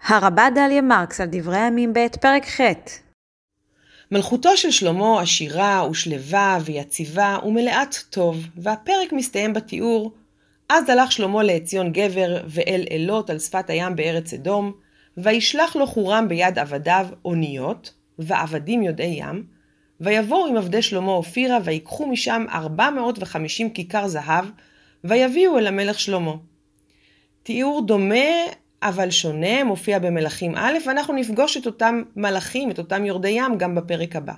הרבה דליה מרקס על דברי הימים ב' פרק ח'. מלכותו של שלמה עשירה ושלווה ויציבה ומלאת טוב, והפרק מסתיים בתיאור: אז הלך שלמה לעציון גבר ואל אלות על שפת הים בארץ אדום, וישלח לו חורם ביד עבדיו אוניות ועבדים יודעי ים, ויבואו עם עבדי שלמה אופירה ויקחו משם 450 כיכר זהב, ויביאו אל המלך שלמה. תיאור דומה אבל שונה מופיע במלכים א', ואנחנו נפגוש את אותם מלאכים, את אותם יורדי ים גם בפרק הבא.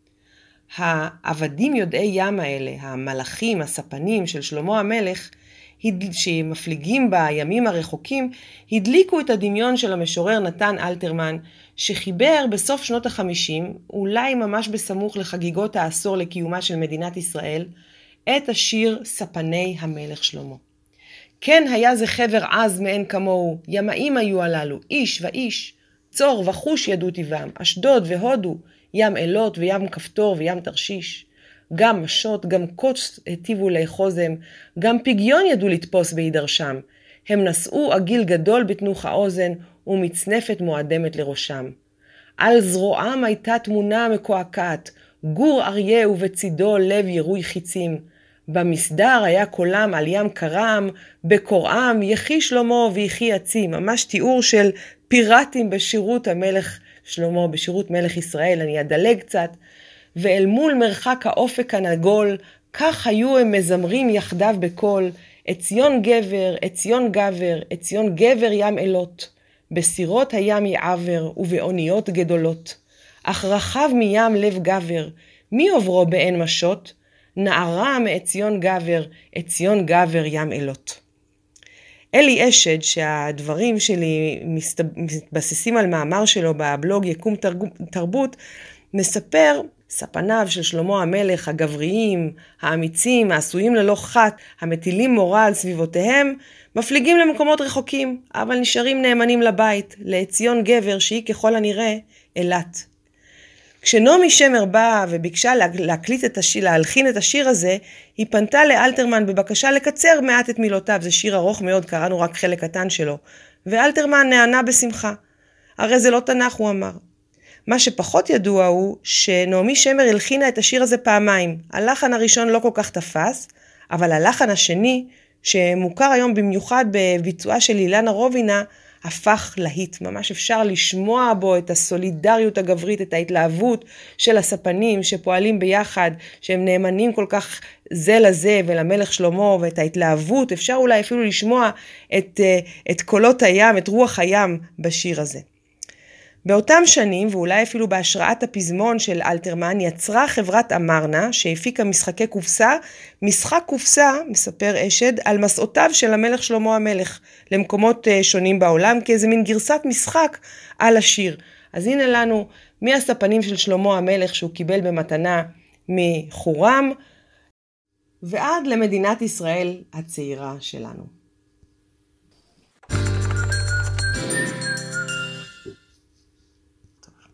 העבדים יודעי ים האלה, המלאכים, הספנים של שלמה המלך, שמפליגים בימים הרחוקים, הדליקו את הדמיון של המשורר נתן אלתרמן, שחיבר בסוף שנות ה-50, אולי ממש בסמוך לחגיגות העשור לקיומה של מדינת ישראל, את השיר ספני המלך שלמה. כן היה זה חבר עז מאין כמוהו, ימאים היו הללו, איש ואיש, צור וחוש ידעו טבעם, אשדוד והודו, ים אלות וים כפתור וים תרשיש. גם משות, גם קוץ היטיבו לאחוזם, גם פגיון ידעו לתפוס בהידרשם. הם נשאו עגיל גדול בתנוך האוזן, ומצנפת מועדמת לראשם. על זרועם הייתה תמונה מקועקעת, גור אריה ובצידו לב ירוי חיצים. במסדר היה קולם על ים קרם, בקוראם יחי שלמה ויחי עצים. ממש תיאור של פיראטים בשירות המלך שלמה, בשירות מלך ישראל. אני אדלג קצת. ואל מול מרחק האופק הנגול, כך היו הם מזמרים יחדיו בקול, עציון גבר, עציון גבר, עציון גבר ים אלות. בסירות הים יעבר ובאוניות גדולות. אך רחב מים לב גבר, מי עוברו באין משות? נערה מעציון גבר, עציון גבר ים אלות. אלי אשד, שהדברים שלי מתבססים על מאמר שלו בבלוג יקום תרבות, מספר ספניו של שלמה המלך, הגבריים, האמיצים, העשויים ללא חת, המטילים מורא על סביבותיהם, מפליגים למקומות רחוקים, אבל נשארים נאמנים לבית, לעציון גבר שהיא ככל הנראה אילת. כשנעמי שמר באה וביקשה להלחין את השיר הזה, היא פנתה לאלתרמן בבקשה לקצר מעט את מילותיו. זה שיר ארוך מאוד, קראנו רק חלק קטן שלו. ואלתרמן נענה בשמחה. הרי זה לא תנ"ך, הוא אמר. מה שפחות ידוע הוא שנעמי שמר הלחינה את השיר הזה פעמיים. הלחן הראשון לא כל כך תפס, אבל הלחן השני, שמוכר היום במיוחד בביצועה של אילנה רובינה, הפך להיט. ממש אפשר לשמוע בו את הסולידריות הגברית, את ההתלהבות של הספנים שפועלים ביחד, שהם נאמנים כל כך זה לזה ולמלך שלמה, ואת ההתלהבות, אפשר אולי אפילו לשמוע את קולות הים, את רוח הים בשיר הזה. באותם שנים, ואולי אפילו בהשראת הפזמון של אלתרמן, יצרה חברת אמרנה שהפיקה משחקי קופסה, משחק קופסה, מספר אשד, על מסעותיו של המלך שלמה המלך, למקומות שונים בעולם, כאיזה מין גרסת משחק על השיר. אז הנה לנו מהספנים של שלמה המלך שהוא קיבל במתנה מחורם, ועד למדינת ישראל הצעירה שלנו.